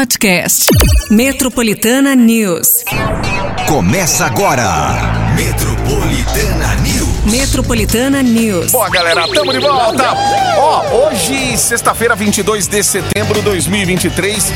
podcast. Metropolitana News. Começa agora. Metropolitana News. Metropolitana News. Boa, galera, tamo de volta. Hoje, sexta-feira, 22 de setembro de 2023.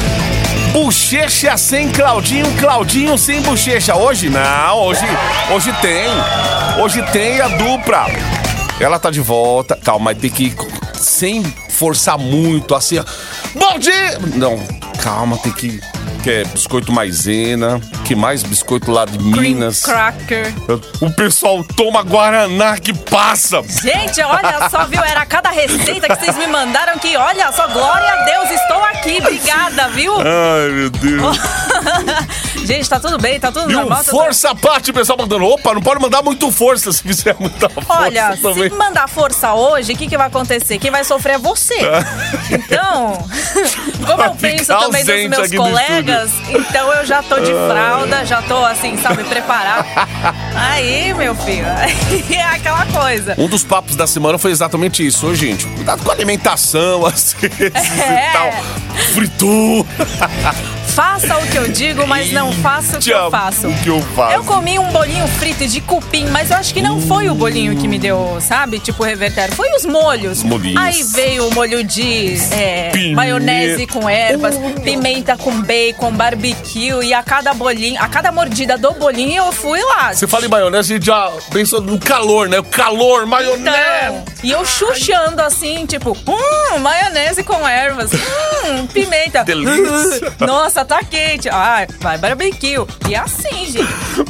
Bochecha sem Claudinho, Claudinho sem bochecha. Hoje não, hoje tem. Hoje tem a dupla. Ela tá de volta. Calma, tem que ir sem forçar muito, assim, ó. Bom dia! Não, calma, tem que... Quer biscoito maisena, que mais biscoito lá de Minas. Cracker. O pessoal toma Guaraná que passa. Gente, olha só, viu? Era cada receita que vocês me mandaram que, olha só, glória a Deus, estou aqui. Obrigada, viu? Ai, meu Deus. Gente, tá tudo bem, tá tudo Viu? normal. Força a parte, o pessoal mandando. Opa, não pode mandar muito força se fizer muita força. Olha, também. se mandar força hoje, o que vai acontecer? Quem vai sofrer é você. Então, como eu penso também nos meus colegas, então eu já tô de fralda, já tô assim, sabe, preparada. Aí, meu filho, é aquela coisa. Um dos papos da semana foi exatamente isso, gente. Cuidado com a alimentação, às vezes e tal. Fritura. Faça o que eu digo, mas não faça o que eu faço. Eu comi um bolinho frito de cupim, mas eu acho que não foi o bolinho que me deu, sabe? Tipo, revertério. Foi os molhos. Aí veio o molho de maionese com ervas, pimenta com bacon, barbecue. E a cada mordida do bolinho, eu fui lá. Você fala em maionese, a gente já pensou no calor, né? O calor, maionese. Então, e eu chuchando assim, tipo, maionese com ervas, pimenta. Delícia. Nossa, tá quente. Ai, vai barbecue. E assim, gente.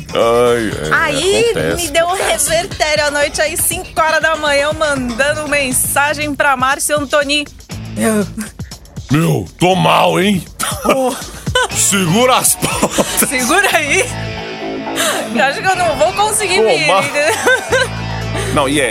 Aí acontece, me deu um revertério à noite, aí 5 horas da manhã, eu mandando mensagem pra Márcio Antoni. Meu, tô mal, hein? Segura as pontas. Segura aí. Eu acho que eu não vou conseguir vir. Não, e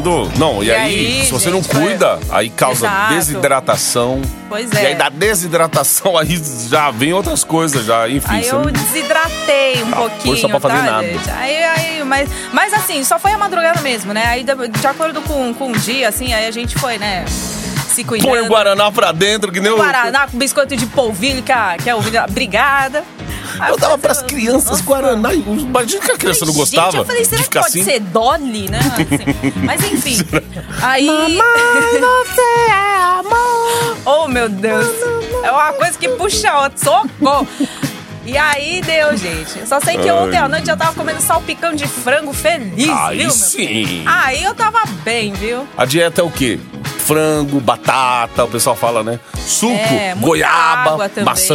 aí, se você não cuida, aí causa desidratação. Pois é. E aí da desidratação, aí já vem outras coisas, já, enfim. Aí eu desidratei um pouquinho, força pra fazer nada. Gente? Mas assim, só foi a madrugada mesmo, né? Aí de acordo com o dia, assim, aí a gente foi, né, se cuidando. Põe o Guaraná pra dentro, que nem o... Guaraná com biscoito de polvilho, que é ovelha. Obrigada. Eu dava pras crianças Guaraná. Imagina que a criança não gostava. Gente, eu falei, será que pode assim? ser Dolly, né? Assim, mas enfim. Aí... Mamãe, você é amor. Oh, meu Deus. É uma coisa que puxa a outra. Socorro. E aí deu, gente. Eu só sei que ontem à noite eu tava comendo salpicão de frango feliz, aí viu? Sim. Aí eu tava bem, viu? A dieta é o quê? Frango, batata, o pessoal fala, né? Suco, goiaba, maçã.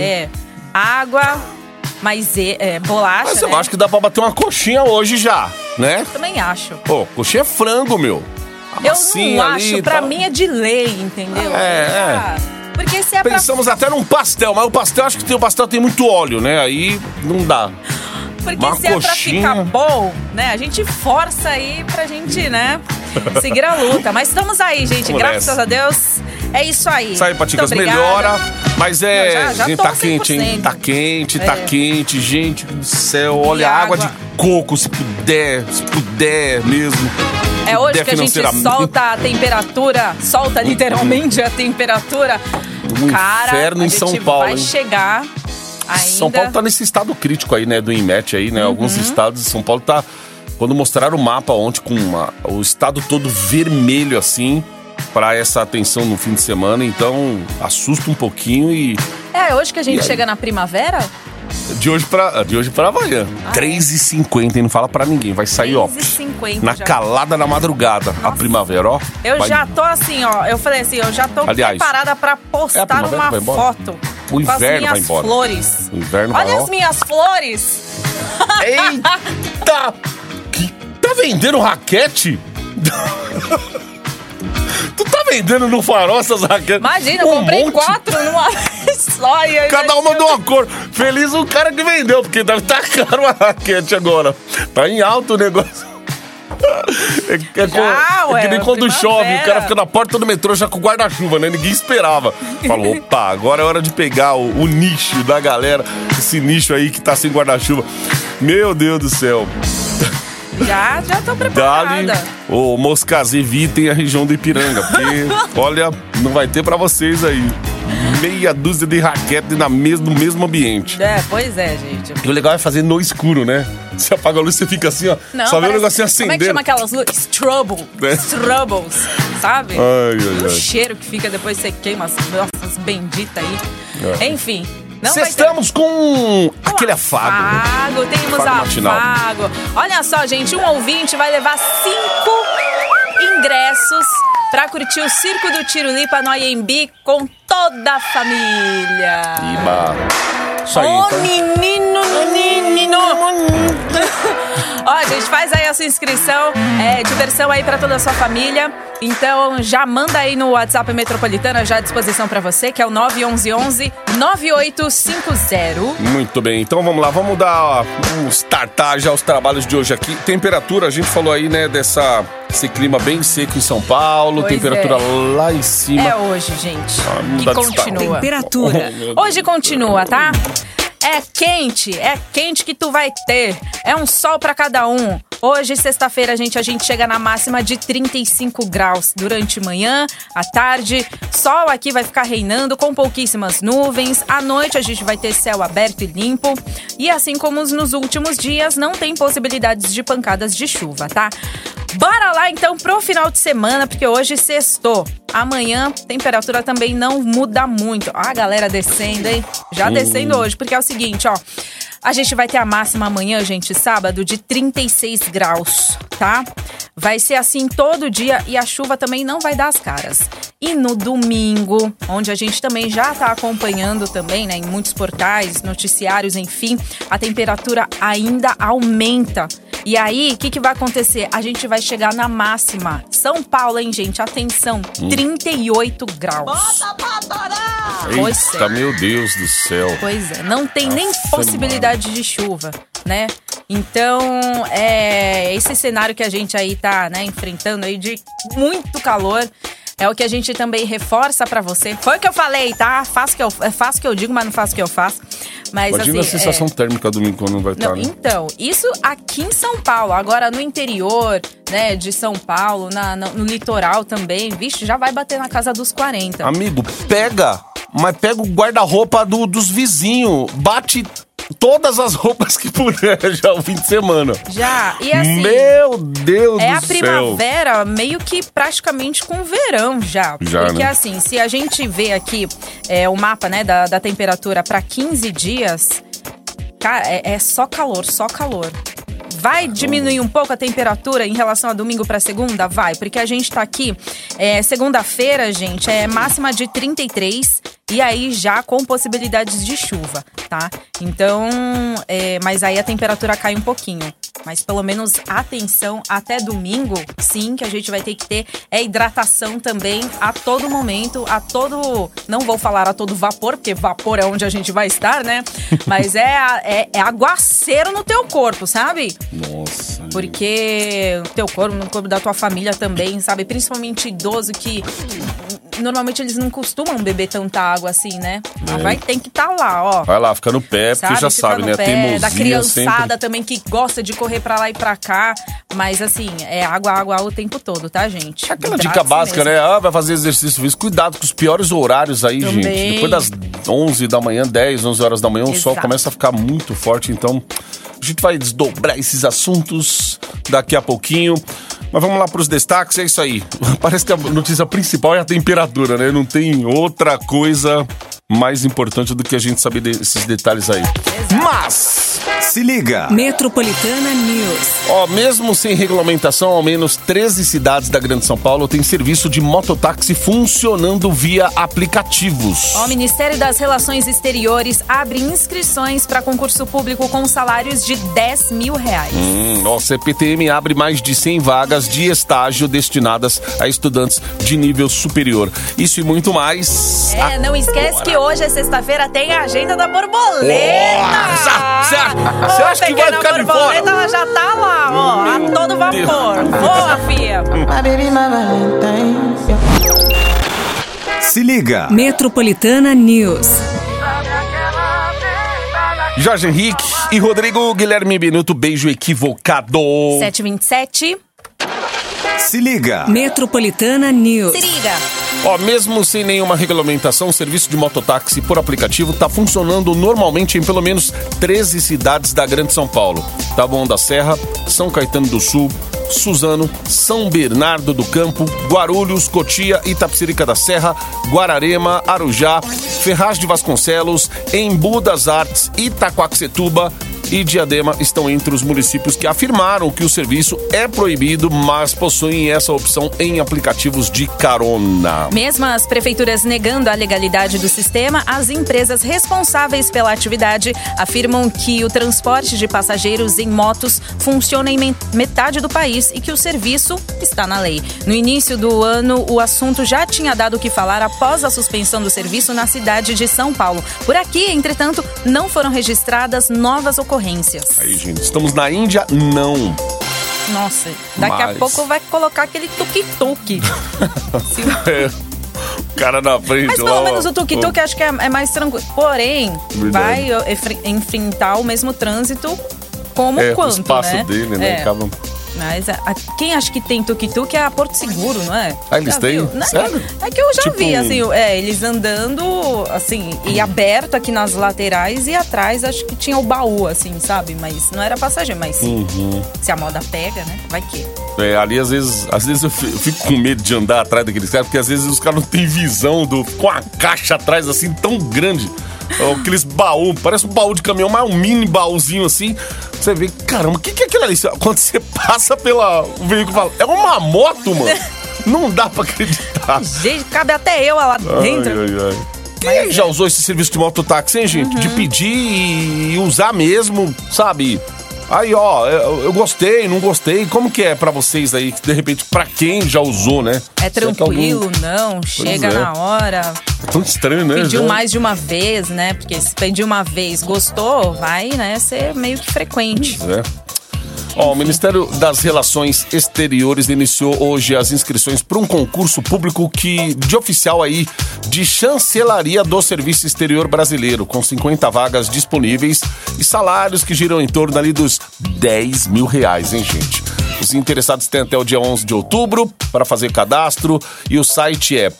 Água, bolacha, Mas eu acho que dá pra bater uma coxinha hoje já, né? Também acho. Pô, coxinha é frango, meu. Eu não acho, pra mim é de lei, entendeu? Porque se é Pensamos até num pastel, mas o pastel, acho que o pastel tem muito óleo, né? Aí não dá. Porque se é pra ficar bom, né? A gente força aí pra gente, né, seguir a luta. Mas estamos aí, gente. Graças a Deus. É isso aí. Isso aí, Paticas, melhora. Mas já gente, tá quente, hein? Tá quente, gente do céu. Olha, água água de coco, se puder mesmo. É hoje que a gente solta a temperatura, literalmente a temperatura. Cara, inferno em São Paulo, vai chegar ainda. São Paulo tá nesse estado crítico aí, né, do INMET aí, né? Alguns estados de São Paulo tá... Quando mostraram o mapa ontem com o estado todo vermelho assim, pra essa atenção no fim de semana, então assusta um pouquinho e... É hoje que a gente chega na primavera? De hoje pra amanhã. 3h50 e não fala pra ninguém. Vai sair, 3h50 na calada da madrugada. Nossa. A primavera, ó. Já tô assim, ó. Eu falei assim, eu já tô preparada pra postar uma foto. O inverno vai embora. Com as minhas flores. O inverno Olha as minhas flores. Eita! Tá vendendo raquete? Tu tá vendendo no Farol essas raquetes? Imagina, eu comprei 4 numa vez só. E cada uma de uma cor. Feliz o cara que vendeu, porque deve estar caro a raquete agora. Tá em alto o negócio. É que nem quando chove, o cara fica na porta do metrô já com guarda-chuva, né? Ninguém esperava. Falou, opa, agora é hora de pegar o nicho da galera. Esse nicho aí que tá sem guarda-chuva. Meu Deus do céu. Já tô preparada. O Moscaz, evitem a região do Ipiranga, porque, olha, não vai ter pra vocês aí. Meia dúzia de raquete no mesmo ambiente. Pois é, gente. E o legal é fazer no escuro, né? Você apaga a luz, você fica assim, ó. Não, só vê o negocinho acendendo. Como é que chama aquelas luzes? Strobos, sabe? Ai. O cheiro que fica depois você queima as benditas aí. Enfim. Estamos com aquele afago. Temos afago. Olha só, gente, um ouvinte vai levar 5 ingressos pra curtir o Circo do Tirulipa no AMB com toda a família. Iba. Isso aí, menino. Ó, gente, faz aí a sua inscrição, diversão aí pra toda a sua família. Então, já manda aí no WhatsApp Metropolitana, já à disposição pra você, que é o 911-9850. Muito bem, então vamos lá, vamos startar já os trabalhos de hoje aqui. Temperatura, a gente falou aí, né, esse clima bem seco em São Paulo, pois temperatura lá em cima. É hoje, gente, que continua. Temperatura. Hoje continua, tá? É quente que tu vai ter. É um sol pra cada um. Hoje, sexta-feira, a gente chega na máxima de 35 graus durante a manhã, à tarde. Sol aqui vai ficar reinando com pouquíssimas nuvens. À noite, a gente vai ter céu aberto e limpo. E assim como nos últimos dias, não tem possibilidades de pancadas de chuva, tá? Bora lá, então, pro final de semana, porque hoje sextou. Amanhã, temperatura também não muda muito. Ó, a galera descendo, hein? Já descendo hoje, porque é o seguinte, ó. A gente vai ter a máxima amanhã, gente, sábado, de 36 graus, tá? Vai ser assim todo dia e a chuva também não vai dar as caras. E no domingo, onde a gente também já tá acompanhando também, né, em muitos portais, noticiários, enfim, a temperatura ainda aumenta. E aí, o que vai acontecer? A gente vai chegar na máxima. São Paulo, hein, gente? Atenção, 38 graus. Bota pra parar! Eita, meu Deus do céu. Pois é, não tem nem possibilidade de chuva, né? Então, esse cenário que a gente aí tá, né, enfrentando aí de muito calor, é o que a gente também reforça pra você. Foi o que eu falei, tá? Faço o que eu digo, mas não faço o que eu faço. Mas, imagina assim, a sensação térmica domingo quando não vai estar, né? Então, isso aqui em São Paulo. Agora, no interior, né, de São Paulo, no litoral também, vixe, já vai bater na casa dos 40. Amigo, pega o guarda-roupa dos vizinhos, bate todas as roupas que puder já o fim de semana. Já, e assim... Meu Deus do céu! É a primavera meio que praticamente com verão já. Porque, né, assim, se a gente vê aqui o mapa, né, da temperatura para 15 dias, cara, é só calor, só calor. Vai diminuir um pouco a temperatura em relação a domingo para segunda? Vai, porque a gente tá aqui, segunda-feira, gente, é máxima de 33 e aí já com possibilidades de chuva, tá? Então, mas aí a temperatura cai um pouquinho. Mas pelo menos atenção até domingo, sim, que a gente vai ter que ter hidratação também a todo momento, não vou falar a todo vapor, porque vapor é onde a gente vai estar, né? Mas é aguaceiro no teu corpo, sabe? Nossa. Porque o teu corpo, no corpo da tua família também, sabe? Principalmente idoso que... Normalmente eles não costumam beber tanta água assim, né? Tem que estar lá, ó. Vai lá, fica no pé, porque já sabe, né? Teimosia da criançada sempre. Também que gosta de correr pra lá e pra cá. Mas assim, água o tempo todo, tá, gente? Aquela dica básica, mesmo, né? Vai fazer exercício físico. Cuidado com os piores horários aí, também, gente. Depois das 11 da manhã, 10, 11 horas da manhã, o sol começa a ficar muito forte. Então, a gente vai desdobrar esses assuntos daqui a pouquinho. Mas vamos lá para os destaques, é isso aí. Parece que a notícia principal é a temperatura, né? Não tem outra coisa mais importante do que a gente saber desses detalhes aí. Mas, se liga! Metropolitana News. Mesmo sem regulamentação, ao menos 13 cidades da Grande São Paulo têm serviço de mototáxi funcionando via aplicativos. O Ministério das Relações Exteriores abre inscrições para concurso público com salários de R$10 mil. O CPTM abre mais de 100 vagas de estágio destinadas a estudantes de nível superior. Isso e muito mais. Não esquece que hoje é sexta-feira, tem a agenda da borboleta. Você acha que vai ficar de fora? A borboleta, ela já tá lá, ó, a todo vapor. Boa, fia. Se liga. Metropolitana News. Jorge Henrique e Rodrigo Guilherme Benuto, beijo equivocado. 7h27. Se liga. Metropolitana News. Se liga. Mesmo sem nenhuma regulamentação, o serviço de mototáxi por aplicativo está funcionando normalmente em pelo menos 13 cidades da Grande São Paulo. Taboão da Serra, São Caetano do Sul, Suzano, São Bernardo do Campo, Guarulhos, Cotia, Itapecerica da Serra, Guararema, Arujá, Ferraz de Vasconcelos, Embu das Artes, Itaquaquecetuba e Diadema estão entre os municípios que afirmaram que o serviço é proibido, mas possuem essa opção em aplicativos de carona. Mesmo as prefeituras negando a legalidade do sistema, as empresas responsáveis pela atividade afirmam que o transporte de passageiros em motos funciona em metade do país e que o serviço está na lei. No início do ano, o assunto já tinha dado o que falar após a suspensão do serviço na cidade de São Paulo. Por aqui, entretanto, não foram registradas novas ocorrências. Aí, gente, estamos na Índia? Não. Nossa, daqui a pouco vai colocar aquele tuk-tuk. O cara na frente. Mas pelo menos o tuk-tuk acho que é mais tranquilo. Porém, vai enfrentar o mesmo trânsito como quanto, o espaço né? dele, né? Acaba... Mas quem acha que tem tuk-tuk é a Porto Seguro, não é? Eles têm? Sério? É que eu já vi, assim, eles andando, assim, e aberto aqui nas laterais e atrás acho que tinha o baú, assim, sabe? Mas não era passageiro, mas se a moda pega, né? Vai que... Ali às vezes eu fico com medo de andar atrás daqueles caras, porque às vezes os caras não têm visão com a caixa atrás, assim, tão grande. Aqueles baús, parece um baú de caminhão, mas um mini baúzinho assim. Você vê, caramba, o que é aquilo ali? Quando você passa pelo veículo, fala, é uma moto, mano. Não dá pra acreditar. Gente, cabe até eu lá dentro. Ai. Quem já usou esse serviço de mototáxi, hein, gente? De pedir e usar mesmo, sabe? Aí, eu gostei, não gostei. Como que é pra vocês aí, de repente, pra quem já usou, né? É tranquilo, não? Chega na hora. É tão estranho, né? Pediu mais de uma vez, né? Porque se pedir uma vez, gostou, vai, né, ser meio que frequente. Pois é. O Ministério das Relações Exteriores iniciou hoje as inscrições para um concurso público de oficial aí de chancelaria do Serviço Exterior Brasileiro, com 50 vagas disponíveis e salários que giram em torno ali dos R$10 mil, hein, gente? Os interessados têm até o dia 11 de outubro para fazer cadastro e o site é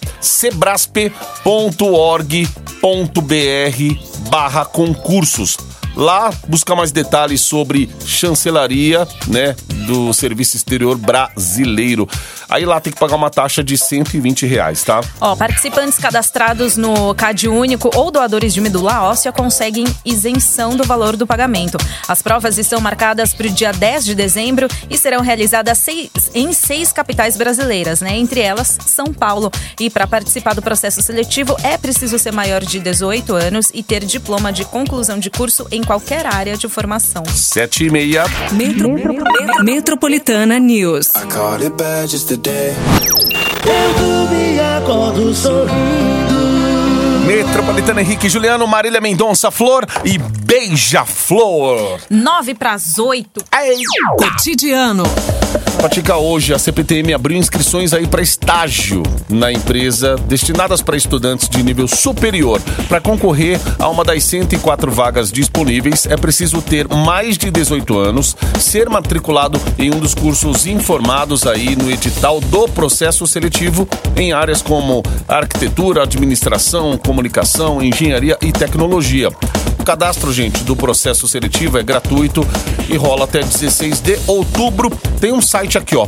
sebrasp.org.br/concursos. Lá, buscar mais detalhes sobre chancelaria, né, do Serviço Exterior Brasileiro. Aí lá tem que pagar uma taxa de R$120, tá? Participantes cadastrados no CadÚnico ou doadores de medula óssea conseguem isenção do valor do pagamento. As provas estão marcadas para o dia 10 de dezembro e serão realizadas em 6 capitais brasileiras, né? Entre elas, São Paulo. E para participar do processo seletivo é preciso ser maior de 18 anos e ter diploma de conclusão de curso em qualquer área de formação. 7h30. Metropolitana News. Metropolitana Henrique Juliano, Marília Mendonça, Flor e Beija-Flor. 7:50. Cotidiano. Patica, hoje a CPTM abriu inscrições aí para estágio na empresa destinadas para estudantes de nível superior. Para concorrer a uma das 104 vagas disponíveis, é preciso ter mais de 18 anos, ser matriculado em um dos cursos informados aí no edital do processo seletivo em áreas como arquitetura, administração, comunicação, engenharia e tecnologia. O cadastro, gente, do processo seletivo é gratuito e rola até 16 de outubro. Tem um site aqui,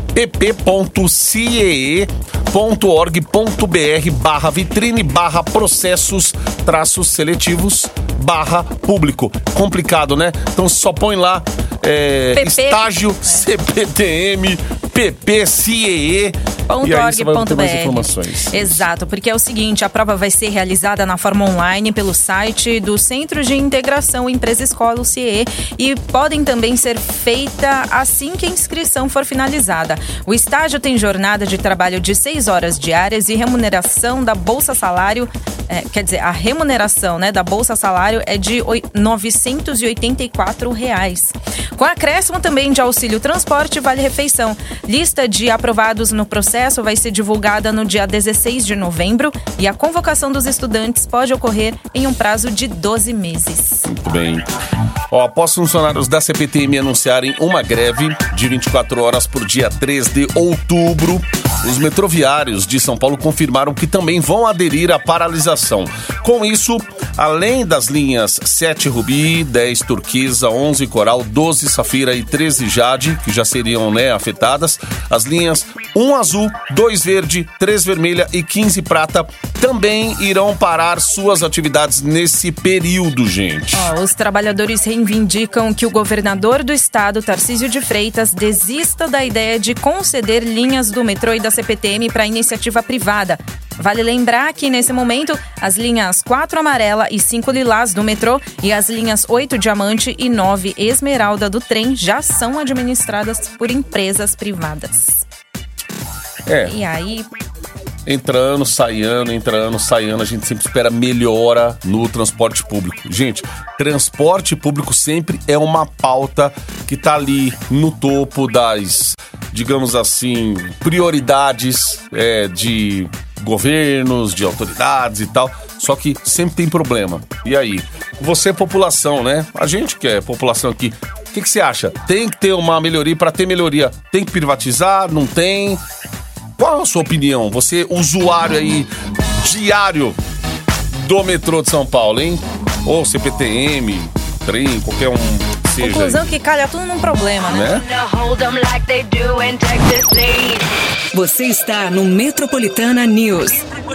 pp.ciee.org.br/vitrine/processos-seletivos/público. Complicado, né? Então só põe lá estágio CPTM pp.ciee. E aí você vai ter mais informações. Exato, porque é o seguinte, a prova vai ser realizada na forma online pelo site do Centro de Integração Empresa-Escola, o CIE, e podem também ser feita assim que a inscrição for finalizada. O estágio tem jornada de trabalho de 6 horas diárias e remuneração da Bolsa Salário, a remuneração, né, da Bolsa Salário é de R$ 984. Com acréscimo também de auxílio transporte e vale-refeição. Lista de aprovados no processo vai ser divulgada no dia 16 de novembro e a convocação dos estudantes pode ocorrer em um prazo de 12 meses. Muito bem. Após funcionários da CPTM anunciarem uma greve de 24 horas por dia 3 de outubro, os metroviários de São Paulo confirmaram que também vão aderir à paralisação. Com isso, além das linhas 7 Rubi, 10 Turquesa, 11 Coral, 12 Safira e 13 Jade, que já seriam afetadas, as linhas 1 Azul, 2 Verde, 3 Vermelha e 15 Prata também irão parar suas atividades nesse período, gente. Os trabalhadores reivindicam que o governador do estado, Tarcísio de Freitas, desista da ideia de conceder linhas do metrô e da CPTM para iniciativa privada. Vale lembrar que, nesse momento, as linhas 4 Amarela e 5 Lilás do metrô e as linhas 8 Diamante e 9 Esmeralda do trem já são administradas por empresas privadas. E aí... Entra ano, sai ano, a gente sempre espera melhora no transporte público. Gente, transporte público sempre é uma pauta que tá ali no topo das, digamos assim, prioridades de governos, de autoridades e tal. Só que sempre tem problema. E aí? Você é população, né? A gente que é população aqui. O que você acha? Tem que ter uma melhoria? Para ter melhoria, tem que privatizar? Não tem? Qual a sua opinião? Você, usuário aí, diário do metrô de São Paulo, hein? Ou CPTM, trem, qualquer um seja. Conclusão que calha tudo num problema, né? Você está no Metropolitana News.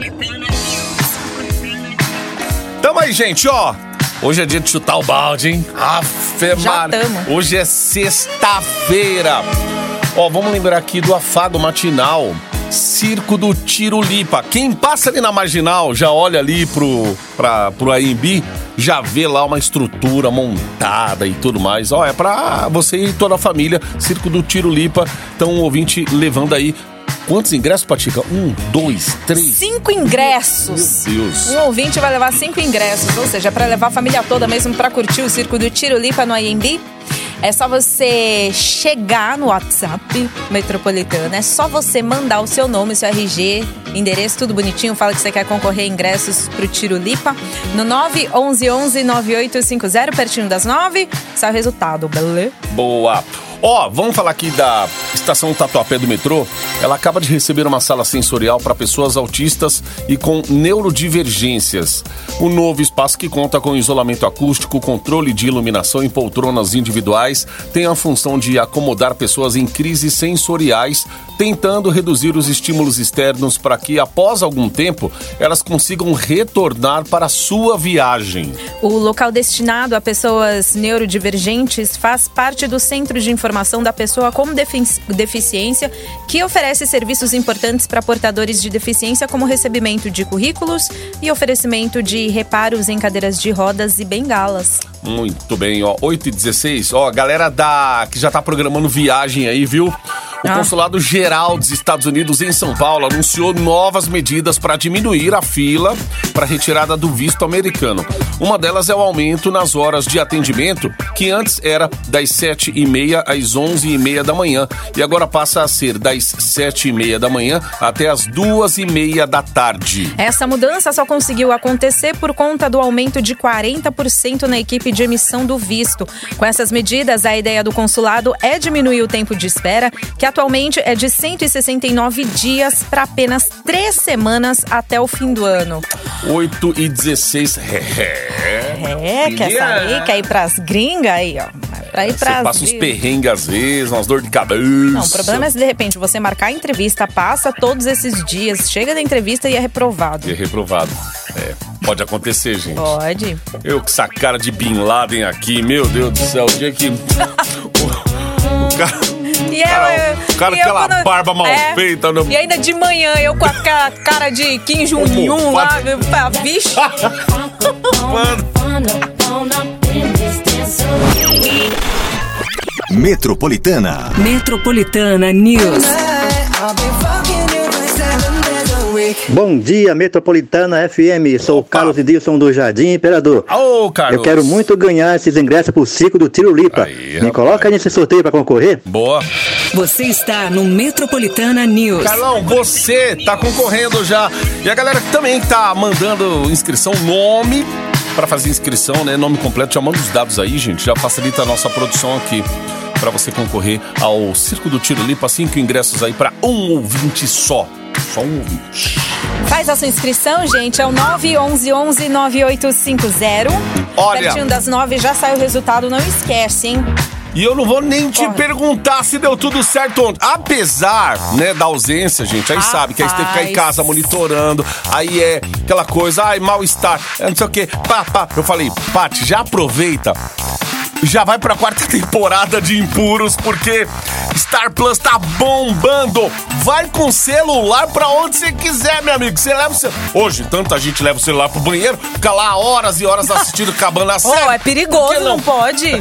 Tamo aí, gente, Hoje é dia de chutar o balde, hein? Já tamo. Hoje é sexta-feira. Vamos lembrar aqui do afago matinal, Circo do Tirulipa. Quem passa ali na Marginal, já olha ali pro AMB, já vê lá uma estrutura montada e tudo mais. É pra você e toda a família, Circo do Tirulipa. Então, um ouvinte levando aí. Quantos ingressos, Patica? 1, 2, 3... 5 ingressos. Meu Deus. Um ouvinte vai levar 5 ingressos, ou seja, pra levar a família toda mesmo pra curtir o Circo do Tirulipa no AMB. É só você chegar no WhatsApp Metropolitana, é só você mandar o seu nome, seu RG, endereço, tudo bonitinho, fala que você quer concorrer a ingressos pro Tirulipa, no 911-9850, pertinho das 9, sai o resultado, beleza? Boa! Vamos falar aqui da estação Tatuapé do metrô. Ela acaba de receber uma sala sensorial para pessoas autistas e com neurodivergências. O novo espaço, que conta com isolamento acústico, controle de iluminação e poltronas individuais, tem a função de acomodar pessoas em crises sensoriais, tentando reduzir os estímulos externos para que, após algum tempo, elas consigam retornar para a sua viagem. O local destinado a pessoas neurodivergentes faz parte do Centro de Informação da Pessoa com Deficiência, que oferece serviços importantes para portadores de deficiência, como recebimento de currículos e oferecimento de reparos em cadeiras de rodas e bengalas. Muito bem, 8h16, a galera que já tá programando viagem aí, viu? O Consulado Geral dos Estados Unidos em São Paulo anunciou novas medidas para diminuir a fila para retirada do visto americano. Uma delas é o aumento nas horas de atendimento, que antes era das 7h30 às 11h30 da manhã e agora passa a ser das 7h30 da manhã até as 2h30 da tarde. Essa mudança só conseguiu acontecer por conta do aumento de 40% na equipe de emissão do visto. Com essas medidas, a ideia do consulado é diminuir o tempo de espera, que atualmente é de 169 dias para apenas 3 semanas até o fim do ano. 8h16. Quer saber? Quer ir pras gringas aí, Pra ir pras... Você passa uns perrengues às vezes, umas dor de cabeça. Não, o problema é se de repente você marcar a entrevista, passa todos esses dias, chega da entrevista e é reprovado. Pode acontecer, gente. Pode. Eu com essa cara de Bin Laden aqui, meu Deus do céu, o dia que... o cara com aquela barba mal feita. E ainda de manhã, eu com a cara de Kim Jong-un lá, vixe. Metropolitana News. Bom dia, Metropolitana FM. Sou o Carlos Edilson do Jardim Imperador. Carlos. Eu quero muito ganhar esses ingressos pro Circo do Tirulipa. Me coloca nesse sorteio pra concorrer. Boa. Você está no Metropolitana News. Carlão, você tá concorrendo já. E a galera que também tá mandando inscrição, nome, para fazer inscrição, né? Nome completo, já manda os dados aí, gente. Já facilita a nossa produção aqui para você concorrer ao Circo do Tirolipa. 5 ingressos aí para um ouvinte só. Só um ouvinte. Faz a sua inscrição, gente. É o 911-9850. Olha, pertinho das 9 já sai o resultado, não esquece, hein? E eu não vou nem te perguntar se deu tudo certo ontem. Apesar, né, da ausência, gente, aí sabe que aí você tem que ficar em casa monitorando. Aí é aquela coisa, ai, mal-estar, não sei o quê. Pá. Eu falei, Paty, já aproveita. Já vai pra 4ª temporada de Impuros, porque Star Plus tá bombando. Vai com celular pra onde você quiser, meu amigo. Você leva o celular. Hoje, tanta gente leva o celular pro banheiro, fica lá horas e horas assistindo, acabando a série. É perigoso, não pode?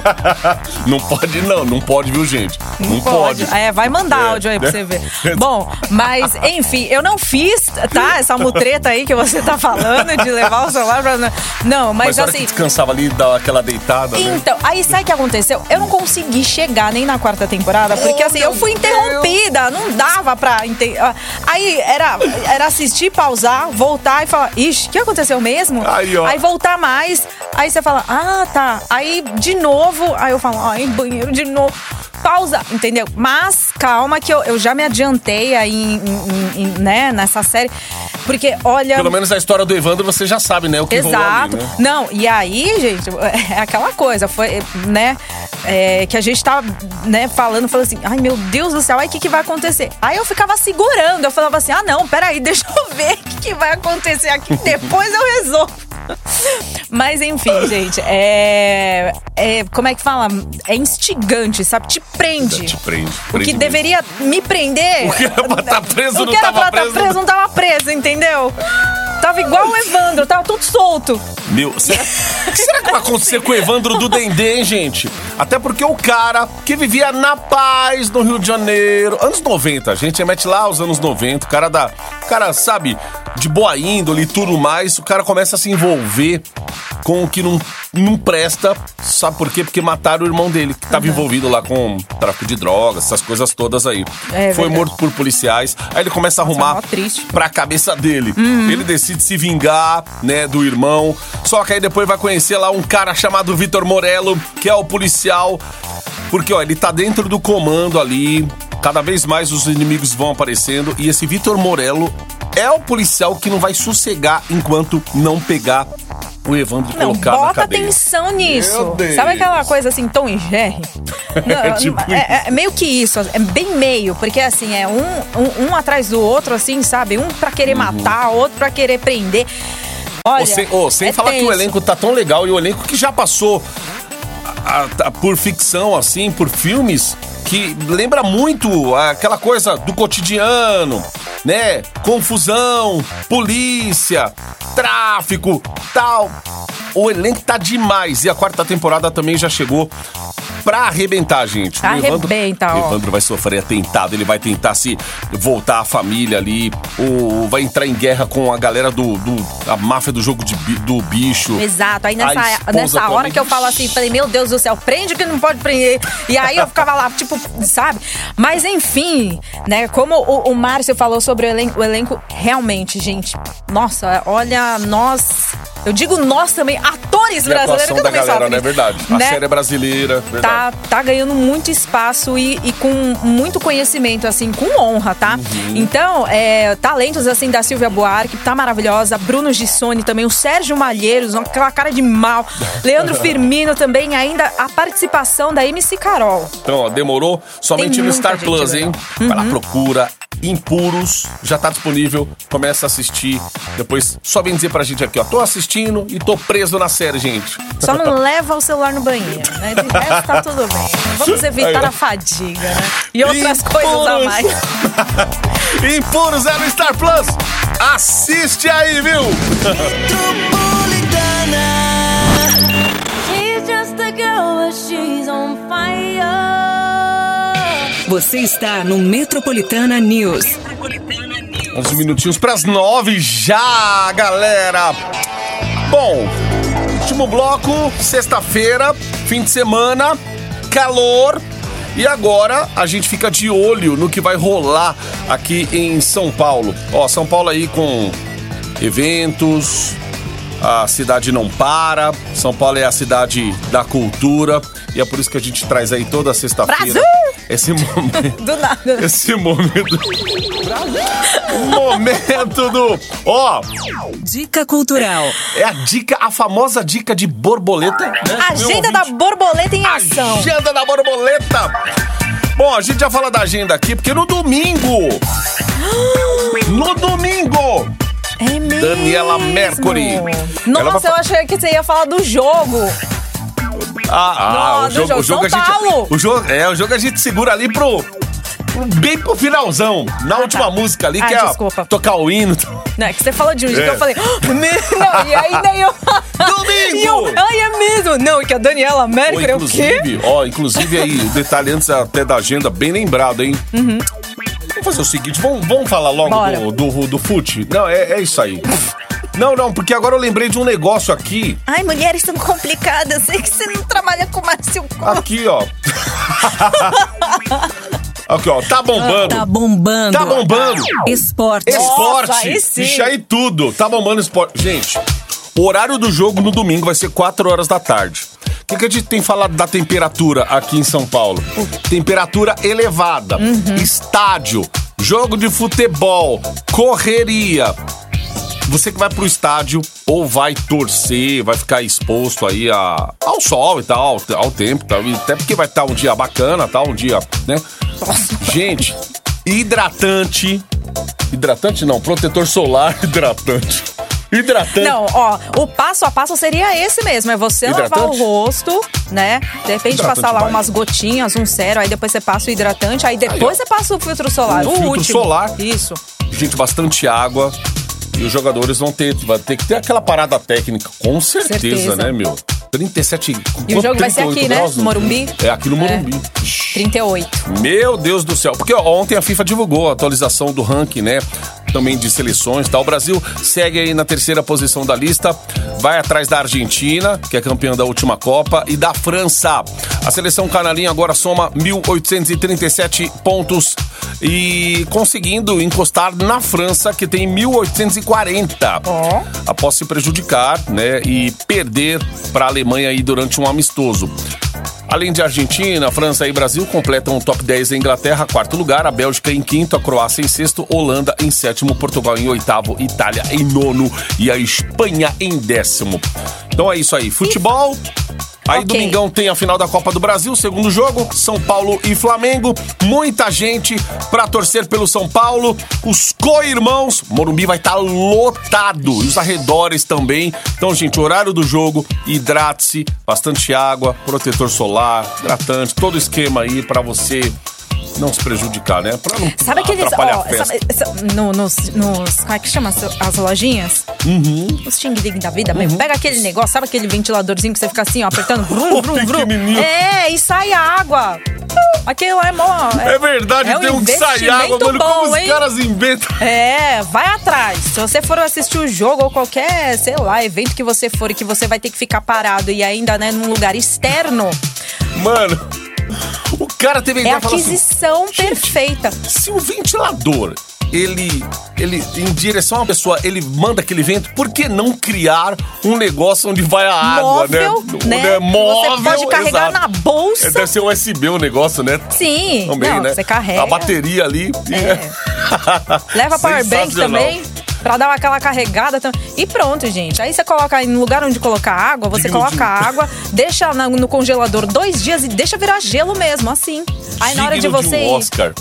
Não pode, viu, gente? Não pode. Vai mandar áudio aí pra você ver. Bom, mas, enfim, eu não fiz, tá? Essa mutreta aí que você tá falando de levar o celular pra... Não, mas assim... que descansava ali, dar aquela deitada, então, aí sabe o que aconteceu? Eu não consegui chegar nem na 4ª temporada, porque assim, eu fui interrompida, não dava pra... Aí era assistir, pausar, voltar e falar, ixi, o que aconteceu mesmo? Aí voltar mais, aí você fala, tá. Aí de novo, aí eu falo, banheiro de novo. Pausa, entendeu? Mas calma que eu já me adiantei aí né, nessa série. Porque, olha... Pelo menos a história do Evandro você já sabe, né? O que rolou ali, né? Não, e aí, gente, é aquela coisa, foi, né? Que a gente tava, né, falando assim, ai, meu Deus do céu, aí o que vai acontecer? Aí eu ficava segurando, eu falava assim, não, peraí, deixa eu ver o que vai acontecer aqui, depois eu resolvo. Mas enfim, gente, como é que fala? É instigante, sabe? Te prende. Te prende. O que deveria me prender... O que era pra estar preso não tava preso. Não tava preso, entendeu? Tava igual o Evandro, tava tudo solto. Será que vai acontecer com o Evandro do Dendê, hein, gente? Até porque o cara que vivia na paz no Rio de Janeiro, anos 90, a gente remete lá aos anos 90, o cara, sabe, de boa índole e tudo mais, o cara começa a se envolver com o que não presta, sabe por quê? Porque mataram o irmão dele, que estava envolvido lá com tráfico de drogas, essas coisas todas aí. Foi morto por policiais, aí ele começa a arrumar pra cabeça dele. Ele decide se vingar, né, do irmão, só que aí depois vai conhecer lá um cara chamado Vitor Morello, que é o policial, porque, ele tá dentro do comando ali, cada vez mais os inimigos vão aparecendo, e esse Vitor Morello é o policial que não vai sossegar enquanto não pegar o Evandro e colocar na bota cadeia. atenção nisso. Sabe aquela coisa assim, Tom e Jerry? É meio que isso, é bem meio, porque assim, é um atrás do outro, assim, sabe? Um pra querer matar, outro pra querer prender. Olha, sem falar tenso. Que o elenco tá tão legal, e o elenco que já passou por ficção, assim, por filmes, que lembra muito aquela coisa do cotidiano, né? Confusão, polícia, tráfico, tal. O elenco tá demais. E a 4ª temporada também já chegou pra arrebentar, gente. Arrebenta, o Evandro vai sofrer atentado, ele vai tentar se voltar à família ali, ou vai entrar em guerra com a galera a máfia do jogo do bicho. Exato, aí nessa hora que eu falo assim, falei, meu Deus do céu, prende que não pode prender. E aí eu ficava lá, tipo, sabe? Mas enfim, né, como o Márcio falou sobre o elenco, realmente, gente, nossa, olha, eu digo nós também, atores brasileiros, que eu também galera, não é verdade? Né? A série é brasileira, verdade. Tá ganhando muito espaço e com muito conhecimento, assim, com honra, tá? Então, talentos, assim, da Silvia Buarque, tá maravilhosa, Bruno Gissoni também, o Sérgio Malheiros, aquela cara de mal, Leandro Firmino também, ainda a participação da MC Carol. Então, demorou? Somente no Star Plus, hein? Vai lá, procura. Impuros, já tá disponível, começa a assistir, depois só vem dizer pra gente aqui, tô assistindo e tô preso na série, gente. Só não leva o celular no banheiro, né? De resto tá tudo bem. Vamos evitar a fadiga, né? E outras coisas a mais. Impuros é no Star Plus. Assiste aí, viu? She's just a girl, but she's on fire. Você está no Metropolitana News. 11 minutinhos pras 9 já, galera. Bom, último bloco, sexta-feira, fim de semana, calor. E agora a gente fica de olho no que vai rolar aqui em São Paulo. São Paulo aí com eventos, a cidade não para. São Paulo é a cidade da cultura. E é por isso que a gente traz aí toda sexta-feira esse momento. Do nada. Esse momento. O momento do... Dica cultural. É a famosa dica de borboleta, né? Agenda da borboleta em ação. Agenda da borboleta. Bom, a gente já fala da agenda aqui, porque no domingo... É mesmo? Daniela Mercury. Nossa, eu achei que você ia falar do jogo. O jogo a gente segura ali bem pro finalzão. Na última música ali, que desculpa. É tocar o hino. Não, é que você falou de um jeito que eu falei... Não, e aí daí eu... Domingo! É mesmo? Não, e que a Daniela Mercury é o quê? Inclusive aí, o detalhe antes até da agenda, bem lembrado, hein? Uhum. Vamos fazer o seguinte, vamos falar logo do fute? Não, é isso aí. Não, porque agora eu lembrei de um negócio aqui. Ai, mulheres são complicadas. Sei que você não trabalha com Márcio Couto. Aqui, ó. Aqui, ó. Tá bombando. Tá bombando. Esporte. Nossa, aí sim. Deixa aí tudo. Tá bombando esporte. Gente, o horário do jogo no domingo vai ser 4 horas da tarde. O que a gente tem falado da temperatura aqui em São Paulo? Temperatura elevada. Estádio. Jogo de futebol. Correria. Você que vai pro estádio ou vai torcer, vai ficar exposto aí ao sol e tal, ao tempo, tal, até porque vai estar um dia bacana, tá? Um dia, né? Gente, hidratante não, protetor solar hidratante. Não, o passo a passo seria esse mesmo, é você lavar o rosto, né? De repente passar lá umas gotinhas, um sérum, aí depois você passa o hidratante, aí depois você passa o filtro solar, o filtro último. Solar. Isso. Gente, bastante água. E os jogadores vão ter que ter aquela parada técnica, com certeza. Né, meu? 37... E o jogo vai ser aqui, né? Morumbi? É, aqui no Morumbi. 38. Meu Deus do céu. Porque ontem a FIFA divulgou a atualização do ranking, né? Também de seleções e tal. O Brasil segue aí na 3ª posição da lista. Vai atrás da Argentina, que é campeã da última Copa, e da França. A seleção canarinha agora soma 1.837 pontos e conseguindo encostar na França, que tem 1.840. Após se prejudicar, né? E perder para a Alemanha aí durante um amistoso. Além de Argentina, França e Brasil completam o top 10 a Inglaterra, 4º lugar, a Bélgica em 5º, a Croácia em 6º, Holanda em 7º, Portugal em 8º, Itália em 9º e a Espanha em 10º. Então é isso aí, futebol. Aí domingão tem a final da Copa do Brasil, segundo jogo, São Paulo e Flamengo. Muita gente pra torcer pelo São Paulo. Os co-irmãos, Morumbi vai estar lotado. E os arredores também. Então, gente, horário do jogo, hidrate-se, bastante água, protetor solar, hidratante, todo esquema aí pra você não se prejudicar, né? Pra não atrapalhar a festa. Como é que chama as lojinhas? Os ting-ding da vida mesmo. Pega aquele negócio, sabe aquele ventiladorzinho que você fica assim, ó, apertando, vrum, vrum, vrum. E sai água. Aquilo é mó... É verdade, tem um que sai água, mano. Como os caras inventam. Vai atrás. Se você for assistir o jogo ou qualquer, sei lá, evento que você for e que você vai ter que ficar parado e ainda, né, num lugar externo... Mano... O cara teve a ideia de falar assim... É aquisição perfeita. Se o ventilador, ele em direção a uma pessoa, ele manda aquele vento, por que não criar um negócio onde vai a água, né? Móvel, você pode carregar na bolsa. Deve ser USB o negócio, né? Sim. Também, né? Você carrega. A bateria ali. Leva powerbank também. Pra dar aquela carregada. E pronto, gente. Aí você coloca no lugar onde colocar água, você coloca água, deixa no congelador 2 dias e deixa virar gelo mesmo, assim. Aí na hora de você ir...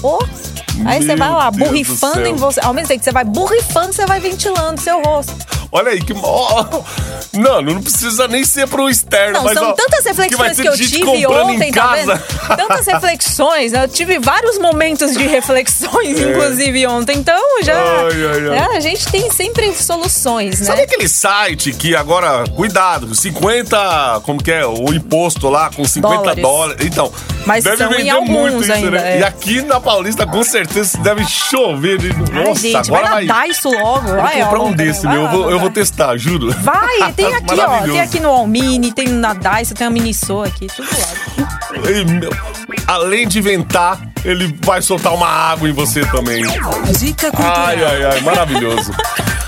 Aí você vai lá, borrifando em você. Ao mesmo tempo que você vai borrifando, você vai ventilando seu rosto. Olha aí, que... Não precisa nem ser pro externo. Não, mas, são tantas reflexões que eu tive ontem, tá vendo? Tantas reflexões, né? Eu tive vários momentos de reflexões, inclusive, ontem. Então, já... a gente tem sempre soluções, né? Sabe aquele site que agora, cuidado, 50... Como que é? O imposto lá com $50. Então, mas deve vender em alguns muito isso, ainda, né? E aqui na Paulista, com certeza, deve chover. Nossa, gente, agora vai nadar isso logo. Vou comprar um desse, meu. Eu vou testar, juro. Vai, tem aqui, ó. Tem aqui no Almini, tem na Daiso, tem a Miniso aqui, tudo lá. Além de ventar, ele vai soltar uma água em você também. Dica cultural. Ai, maravilhoso.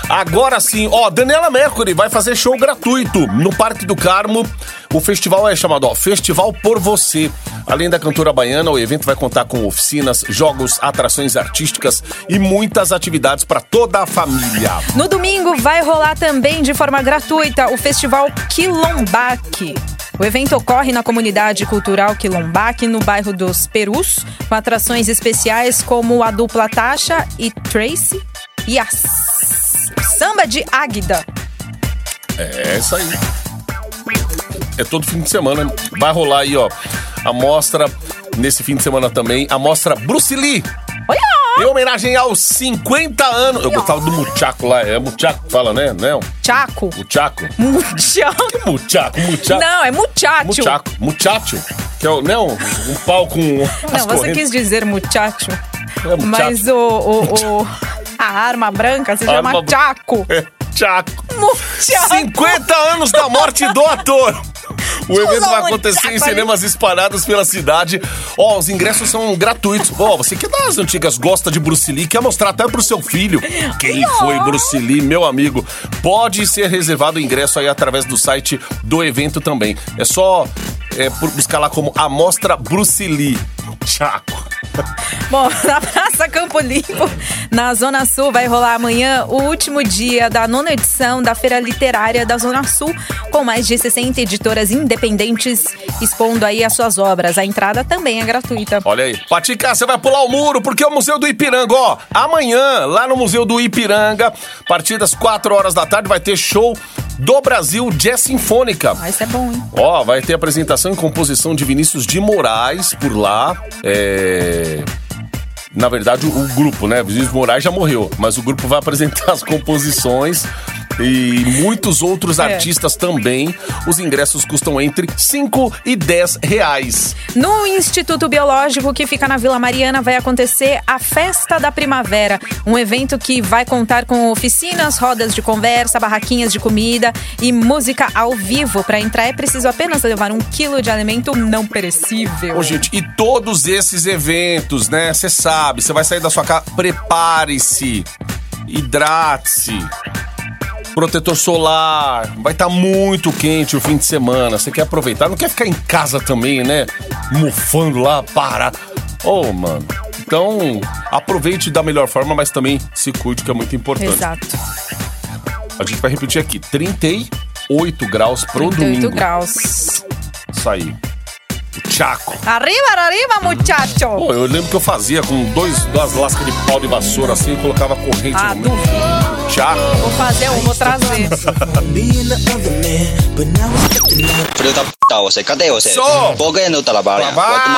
Agora sim, Daniela Mercury vai fazer show gratuito no Parque do Carmo. O festival é chamado Festival Por Você. Além da cantora baiana, o evento vai contar com oficinas, jogos, atrações artísticas e muitas atividades para toda a família. No domingo vai rolar também de forma gratuita o Festival Quilombaque. O evento ocorre na comunidade cultural Quilombaque, no bairro dos Perus, com atrações especiais como a dupla Tasha e Tracy e a samba de Águida. É isso aí. É todo fim de semana. Vai rolar aí, a mostra, nesse fim de semana também, a mostra Bruce Lee. Olha! Em homenagem aos 50 anos. Eu gostava do Muchaco lá. É Muchaco que fala, né? Não? Chaco. Muchaco. Muchaco. Que Muchaco? Muchaco. Não, é muchacho. Muchaco. Muchacho. Que é um pau com Não, você correntes. quis dizer muchacho. É muchacho. Mas a arma branca se chama Chaco. É Chaco. Muchaco. 50 anos da morte do ator. O evento vai acontecer em cinemas espalhados pela cidade. Os ingressos são gratuitos. Você que das antigas gosta de Bruce Lee, quer mostrar até pro seu filho quem foi Bruce Lee, meu amigo. Pode ser reservado o ingresso aí através do site do evento também. É só buscar lá como Amostra Bruce Lee. Chaco. Bom, na Praça Campo Limpo, na Zona Sul, vai rolar amanhã o último dia da 9ª edição da Feira Literária da Zona Sul, com mais de 60 editoras independentes expondo aí as suas obras. A entrada também é gratuita. Olha aí. Patica, você vai pular o muro, porque é o Museu do Ipiranga, amanhã, lá no Museu do Ipiranga, a partir das 4 horas da tarde, vai ter show do Brasil Jazz Sinfônica. Isso é bom, hein? Vai ter apresentação e composição de Vinícius de Moraes por lá. Na verdade, o grupo, né? Vinícius de Moraes já morreu, mas o grupo vai apresentar as composições e muitos outros artistas também. Os ingressos custam entre 5 e 10 reais. No Instituto Biológico, que fica na Vila Mariana, vai acontecer a Festa da Primavera, um evento que vai contar com oficinas, rodas de conversa, barraquinhas de comida e música ao vivo. Para entrar é preciso apenas levar 1 quilo de alimento não perecível. Gente, e todos esses eventos, né? Você sabe, você vai sair da sua casa, prepare-se, hidrate-se. Protetor solar, vai estar muito quente o fim de semana. Você quer aproveitar, não quer ficar em casa também, né? Mufando lá, parado. Mano. Então, aproveite da melhor forma, mas também se cuide, que é muito importante. Exato. A gente vai repetir aqui, 38 graus pro 38 domingo. 38 graus. Isso aí. O Chaco. Arriba, muchacho. Eu lembro que eu fazia com duas lascas de pau de vassoura assim, e colocava corrente no meio. Chaco. Vou fazer vou trazer. Filho da puta, você, cadê você? Por que não trabalha?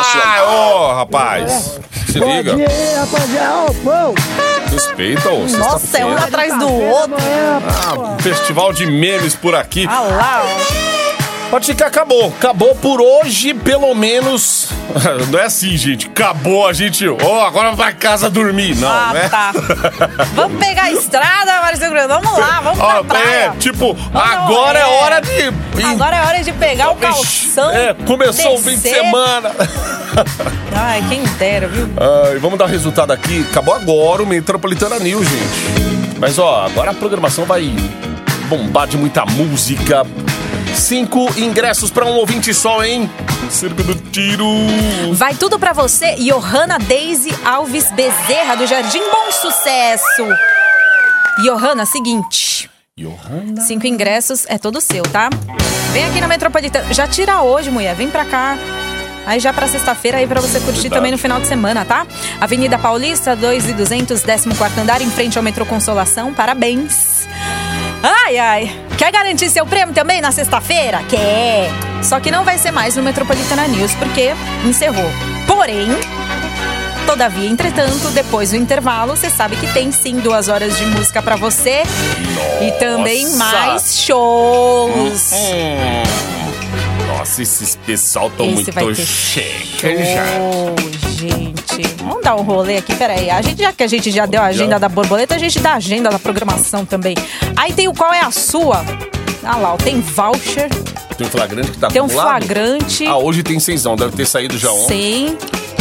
Rapaz, se liga. Bom dia, rapaziada. Respeita, Nossa, é um atrás do outro. Festival de memes por aqui. Lá, Pode ficar, acabou por hoje, pelo menos. Não é assim, gente, acabou, a gente, agora vai pra casa dormir, não, né? Tá. Vamos pegar a estrada, Marcelo Grande, vamos lá, vamos pra praia. Agora é hora de... Agora é hora de pegar o calção. Começou o fim de semana. Ai, quem dera, viu? Vamos dar o resultado aqui, acabou agora o Metropolitana News, gente. Mas, agora a programação vai bombar de muita música. 5 ingressos para um ouvinte só, hein? Circo do Tiro. Vai tudo pra você, Johanna Daisy Alves Bezerra, do Jardim Bom Sucesso. Johanna, seguinte. 5 ingressos, é todo seu, tá? Vem aqui na Metropolitana. Já tira hoje, mulher, vem pra cá. Aí já pra sexta-feira, aí pra você curtir também no final de semana, tá? Avenida Paulista, 2.200, 14º andar, em frente ao Metrô Consolação. Parabéns. Ai. Quer garantir seu prêmio também na sexta-feira? Quer. Só que não vai ser mais no Metropolitana News, porque encerrou. Porém, todavia, entretanto, depois do intervalo, você sabe que tem sim 2 horas de música pra você. E também mais shows. Nossa, esses pessoal tão muito checa já. Gente, vamos dar um rolê aqui, peraí. Já que a gente já deu a agenda da borboleta, a gente dá a agenda da programação também. Aí tem o Qual é a Sua? Lá, tem voucher. Tem um flagrante que tá Tem um acumulado? Flagrante. Hoje tem 6, deve ter saído já ontem. Sim.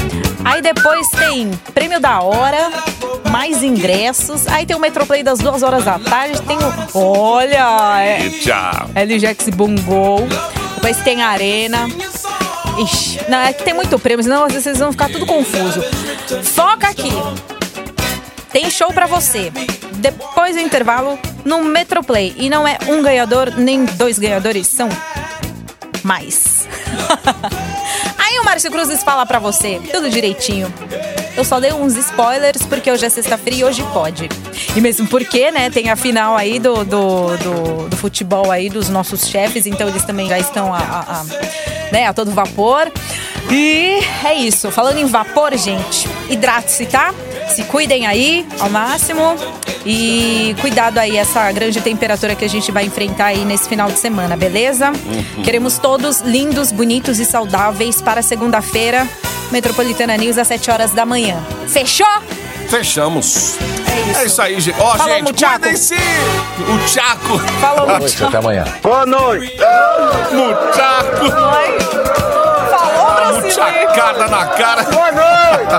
Aí depois tem Prêmio da Hora, mais ingressos. Aí tem o Metroplay das 2 horas da tarde. Tem o... Olha! LGX Bongo. Depois tem a Arena. Ixi, não, é que tem muito prêmio, senão às vezes vocês vão ficar tudo confuso. Foca aqui. Tem show pra você. Depois do intervalo, no Metroplay. E não é um ganhador, nem 2 ganhadores, são mais. Aí o Márcio Cruzes fala pra você, tudo direitinho. Eu só dei uns spoilers porque hoje é sexta-feira e hoje pode. E mesmo porque, né, tem a final aí do futebol aí dos nossos chefes, então eles também já estão a todo vapor. E é isso. Falando em vapor, gente, hidrate-se, tá? Se cuidem aí ao máximo e cuidado aí essa grande temperatura que a gente vai enfrentar aí nesse final de semana, beleza? Queremos todos lindos, bonitos e saudáveis para segunda-feira, Metropolitana News às 7 horas da manhã. Fechou? Fechamos. É isso aí, gente. Ó, gente, cuidem-se! O Tchaco. Falou, Boa noite, até amanhã. Boa noite. Muchaco. Falou, Brasil. Muchacada na cara. Boa noite.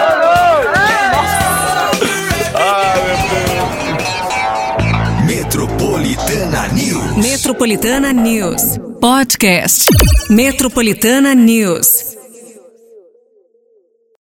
Metropolitana News. Metropolitana News. Podcast. Metropolitana News.